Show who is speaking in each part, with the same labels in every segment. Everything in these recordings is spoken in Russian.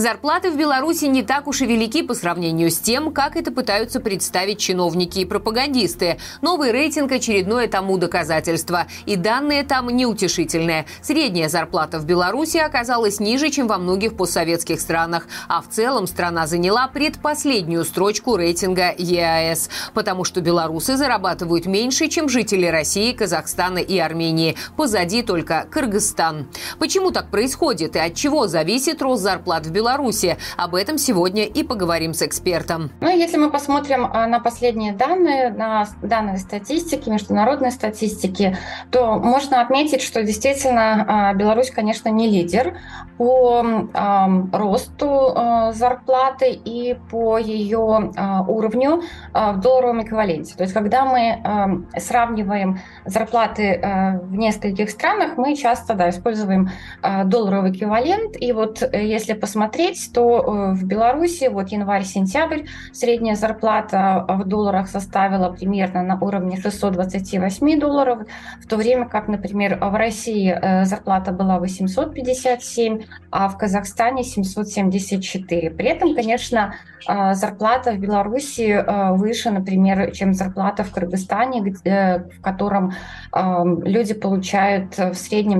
Speaker 1: Зарплаты в Беларуси не так уж и велики по сравнению с тем, как это пытаются представить чиновники и пропагандисты. Новый рейтинг – очередное тому доказательство. И данные там неутешительные. Средняя зарплата в Беларуси оказалась ниже, чем во многих постсоветских странах. А в целом страна заняла предпоследнюю строчку рейтинга ЕАЭС. Потому что белорусы зарабатывают меньше, чем жители России, Казахстана и Армении. Позади только Кыргызстан. Почему так происходит и от чего зависит рост зарплат в Беларуси? Об этом сегодня и поговорим с экспертом.
Speaker 2: Если мы посмотрим на последние данные, на данные статистики, международной статистики, то можно отметить, что действительно Беларусь, конечно, не лидер по росту зарплаты и по ее уровню в долларовом эквиваленте. То есть, когда мы сравниваем зарплаты в нескольких странах, мы часто используем долларовый эквивалент. И вот если посмотреть, то в Беларуси январь-сентябрь средняя зарплата в долларах составила примерно на уровне $628, в то время как, например, в России зарплата была 857, а в Казахстане 774. При этом, конечно, зарплата в Беларуси выше, например, чем зарплата в Кыргызстане, в котором люди получают в среднем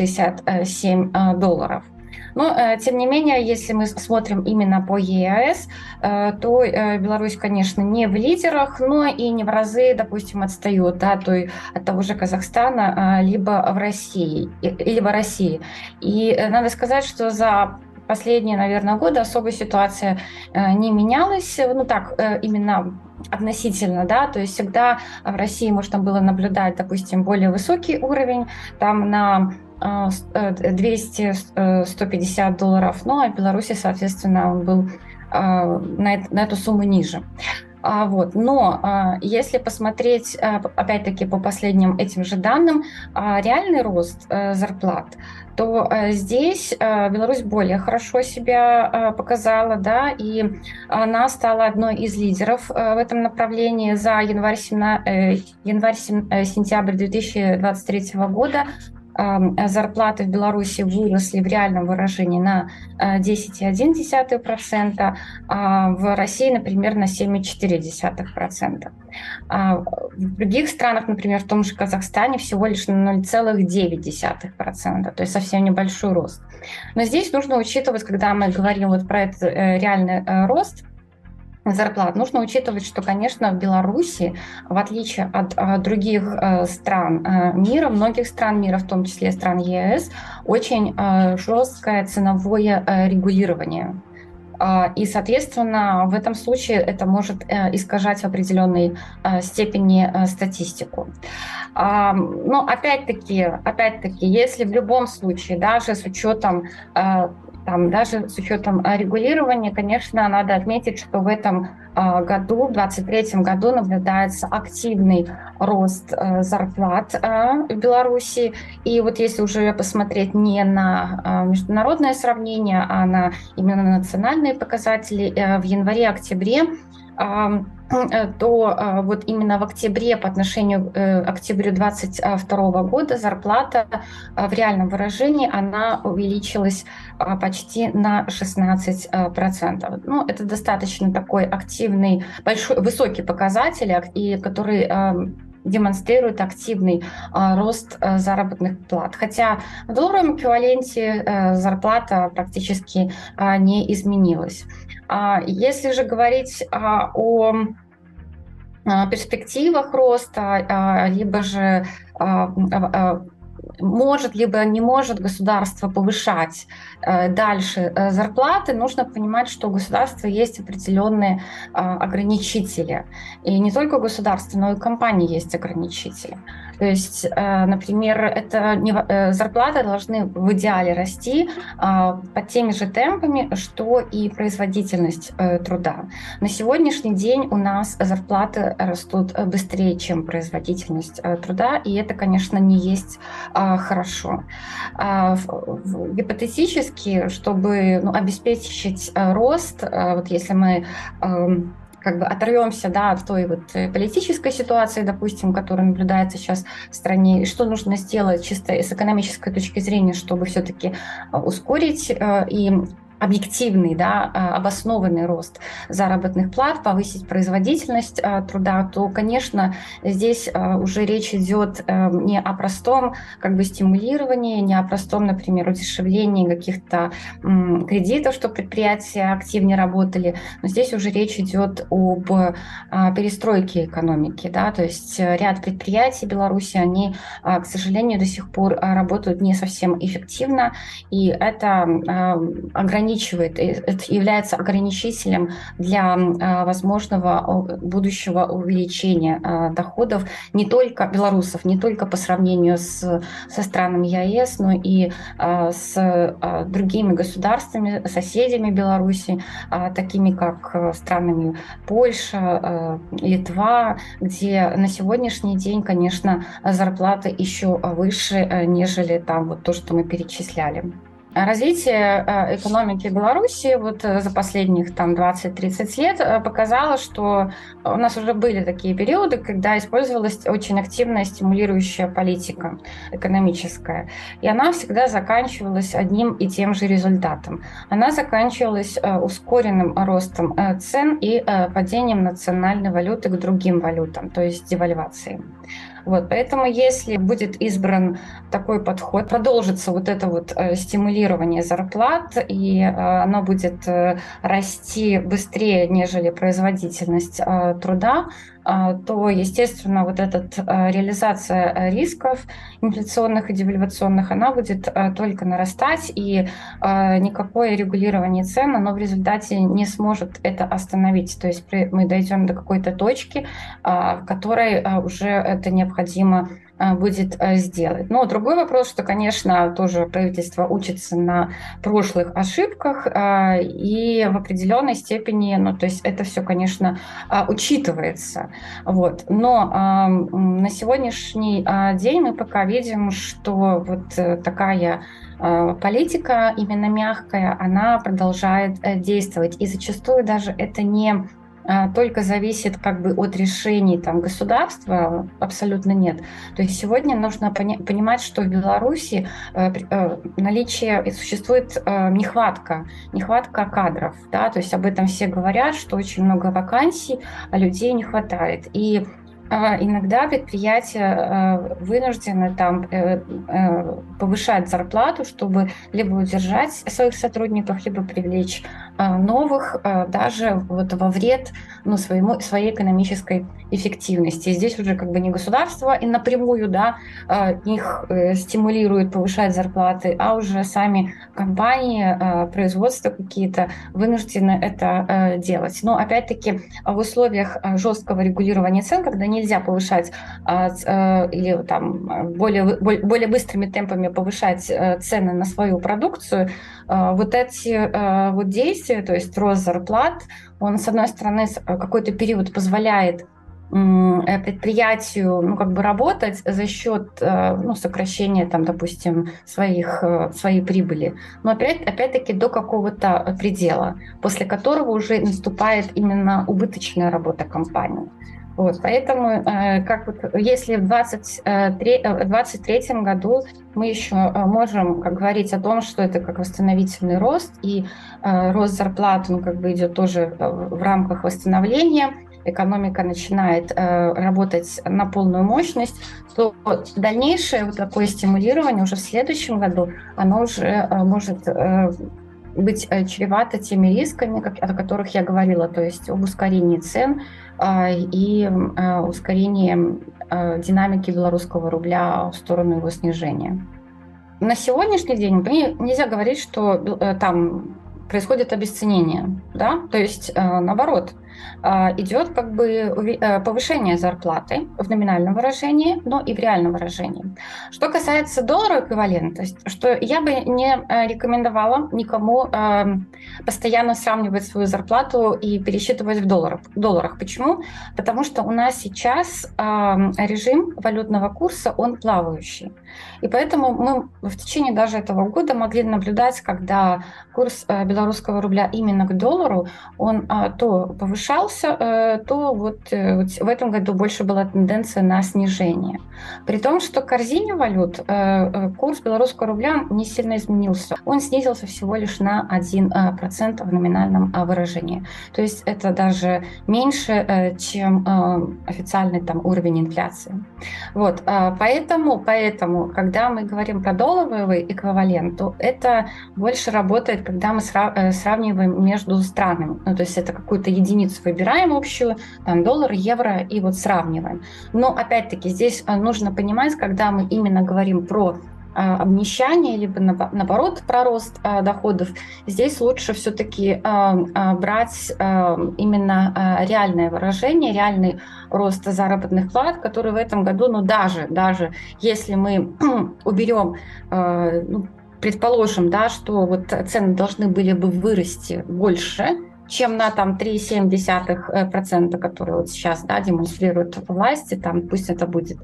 Speaker 2: $367. Но, тем не менее, если мы смотрим именно по ЕАЭС, то Беларусь, конечно, не в лидерах, но и не в разы, допустим, отстает от того же Казахстана, либо в России. И надо сказать, что за последние, наверное, годы особо ситуация не менялась. Именно относительно, то есть всегда в России можно было наблюдать, допустим, более высокий уровень, там на $200-150, а в Беларуси, соответственно, он был на эту сумму ниже. Но если посмотреть, опять-таки, по последним этим же данным, реальный рост зарплат, то здесь Беларусь более хорошо себя показала, и она стала одной из лидеров в этом направлении за январь-сентябрь 2023 года. Зарплаты в Беларуси выросли в реальном выражении на 10,1%, а в России, например, на 7,4%. В других странах, например, в том же Казахстане, всего лишь на 0,9%, то есть совсем небольшой рост. Но здесь нужно учитывать, когда мы говорим про этот реальный рост зарплат, нужно учитывать, что, конечно, в Беларуси, в отличие от других стран мира, многих стран мира, в том числе стран ЕС, очень жесткое ценовое регулирование. И, соответственно, в этом случае это может искажать в определенной степени статистику. Но опять-таки, если в любом случае, даже с учетом регулирования, конечно, надо отметить, что в этом году, в 2023 году, наблюдается активный рост зарплат в Беларуси. И если уже посмотреть не на международное сравнение, а именно на национальные показатели, в январе-октябре, то именно в октябре по отношению к октябрю 2022 года зарплата в реальном выражении она увеличилась почти на 16%. Это достаточно такой активный, высокий показатель, который демонстрирует активный рост заработных плат. Хотя в долларовом эквиваленте зарплата практически не изменилась. Если же говорить о перспективах роста, либо же может, либо не может государство повышать дальше зарплаты, нужно понимать, что у государства есть определенные ограничители. И не только у государства, но и у компаний есть ограничители. То есть, например, зарплаты должны в идеале расти под теми же темпами, что и производительность труда. На сегодняшний день у нас зарплаты растут быстрее, чем производительность труда, и это, конечно, не есть хорошо. Гипотетически, чтобы обеспечить рост, если мы оторвемся от той политической ситуации, допустим, которая наблюдается сейчас в стране, и что нужно сделать чисто с экономической точки зрения, чтобы все-таки ускорить и объективный, да, обоснованный рост заработных плат, повысить производительность труда, то, конечно, здесь уже речь идет не о простом как бы стимулировании, не о простом, например, удешевлении каких-то кредитов, чтобы предприятия активнее работали, но здесь уже речь идет об перестройке экономики, да, то есть ряд предприятий Беларуси, они, к сожалению, до сих пор работают не совсем эффективно, и это ограничивает, это является ограничителем для возможного будущего увеличения доходов не только белорусов, не только по сравнению со странами ЕАЭС, но и с другими государствами, соседями Беларуси, такими как странами Польша, Литва, где на сегодняшний день, конечно, зарплаты еще выше, нежели там вот то, что мы перечисляли. Развитие экономики Беларуси вот за последних там 20-30 лет показало, что у нас уже были такие периоды, когда использовалась очень активная стимулирующая политика экономическая. И она всегда заканчивалась одним и тем же результатом. Она заканчивалась ускоренным ростом цен и падением национальной валюты к другим валютам, то есть девальвацией. Вот, поэтому если будет избран такой подход, продолжится вот это вот стимулирование зарплат, и оно будет расти быстрее, нежели производительность труда, то, естественно, вот эта реализация рисков инфляционных и девальвационных, она будет только нарастать, и никакое регулирование цен, оно в результате не сможет это остановить. То есть мы дойдем до какой-то точки, в которой уже это необходимо будет сделать. Но другой вопрос, что, конечно, тоже правительство учится на прошлых ошибках и в определенной степени, ну, то есть это все, конечно, учитывается. Вот. Но на сегодняшний день мы пока видим, что вот такая политика, именно мягкая, она продолжает действовать. И зачастую даже это не только зависит как бы от решений там, государства, абсолютно нет. То есть сегодня нужно понимать, что в Беларуси наличие и существует нехватка кадров, да, то есть об этом все говорят, что очень много вакансий, а людей не хватает. И иногда предприятия вынуждены там повышать зарплату, чтобы либо удержать своих сотрудников, либо привлечь новых, даже вот во вред своей экономической эффективности. И здесь уже как бы не государство и напрямую, да, их стимулирует повышать зарплаты, а уже сами компании, производства какие-то вынуждены это делать. Но опять-таки в условиях жесткого регулирования цен, когда нельзя повышать или там более быстрыми темпами повышать цены на свою продукцию, вот эти вот действия, то есть рост зарплат, он, с одной стороны, какой-то период позволяет предприятию, ну, как бы работать за счет, ну, сокращения, там, допустим, своей прибыли. Но опять-таки до какого-то предела, после которого уже наступает именно убыточная работа компании. Вот, поэтому, как вот, если в 2023 году мы еще можем говорить о том, что это как восстановительный рост, и рост зарплат, ну, как бы идет тоже в рамках восстановления, экономика начинает работать на полную мощность, то дальнейшее вот такое стимулирование уже в следующем году, оно уже может быть чревато теми рисками, о которых я говорила, то есть об ускорении цен и ускорении динамики белорусского рубля в сторону его снижения. На сегодняшний день нельзя говорить, что там происходит обесценение, да, то есть наоборот, идет как бы повышение зарплаты в номинальном выражении, но и в реальном выражении. Что касается доллара эквивалента, что я бы не рекомендовала никому постоянно сравнивать свою зарплату и пересчитывать в долларах. Почему? Потому что у нас сейчас режим валютного курса, он плавающий. И поэтому мы в течение даже этого года могли наблюдать, когда курс белорусского рубля именно к доллару, он то повышался, повышался, то вот в этом году больше была тенденция на снижение. При том, что в корзине валют курс белорусского рубля не сильно изменился. Он снизился всего лишь на 1% в номинальном выражении. То есть это даже меньше, чем официальный там уровень инфляции. Вот, поэтому, когда мы говорим про долларовый эквивалент, то это больше работает, когда мы сравниваем между странами. Ну, то есть это какую-то единицу выбираем общую, там доллар, евро, и вот сравниваем. Но опять-таки здесь нужно понимать, когда мы именно говорим про обнищание, либо наоборот про рост доходов, здесь лучше все-таки брать именно реальное выражение, реальный рост заработных плат, который в этом году, ну даже если мы уберем, предположим, да, что вот цены должны были бы вырасти больше, чем на там 3,7%, которые вот сейчас, да, демонстрируют власти, там пусть это будет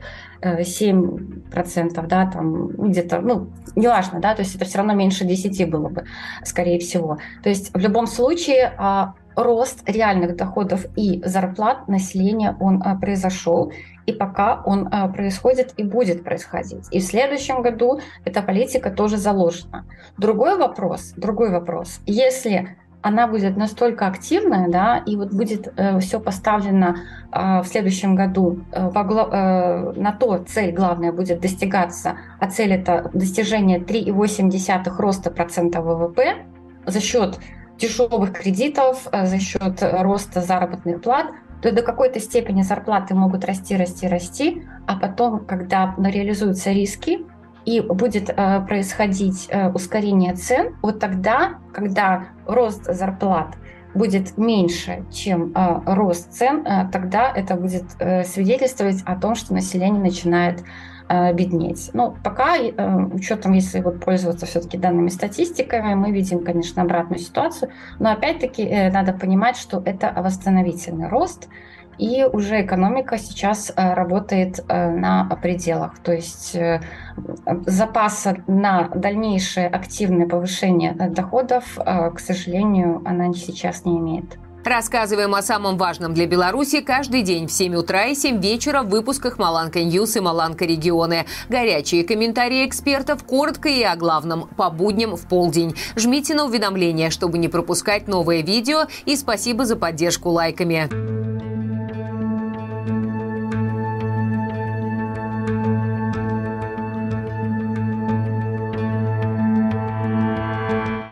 Speaker 2: 7%, да, там где-то, неважно, да, то есть это все равно меньше 10 было бы, скорее всего. То есть в любом случае рост реальных доходов и зарплат населения, он произошел, и пока он происходит и будет происходить. И в следующем году эта политика тоже заложена. Другой вопрос, если она будет настолько активная, да, и вот будет все поставлено в следующем году на то, цель главная будет достигаться, а цель это достижение 3,8 роста процента ВВП за счет дешевых кредитов, за счет роста заработных плат, то до какой-то степени зарплаты могут расти, а потом, когда реализуются риски, и будет происходить ускорение цен, вот тогда, когда рост зарплат будет меньше, чем рост цен, тогда это будет свидетельствовать о том, что население начинает беднеть. Но пока, учетом, если вот пользоваться все-таки данными статистиками, мы видим, конечно, обратную ситуацию, но опять-таки надо понимать, что это восстановительный рост, и уже экономика сейчас работает на пределах. То есть запаса на дальнейшее активное повышение доходов, к сожалению, она сейчас не имеет.
Speaker 1: Рассказываем о самом важном для Беларуси каждый день в 7 утра и 7 вечера в выпусках «Маланка Ньюс» и «Маланка Регионы». Горячие комментарии экспертов, коротко и о главном, по будням в полдень. Жмите на уведомления, чтобы не пропускать новые видео, и спасибо за поддержку лайками.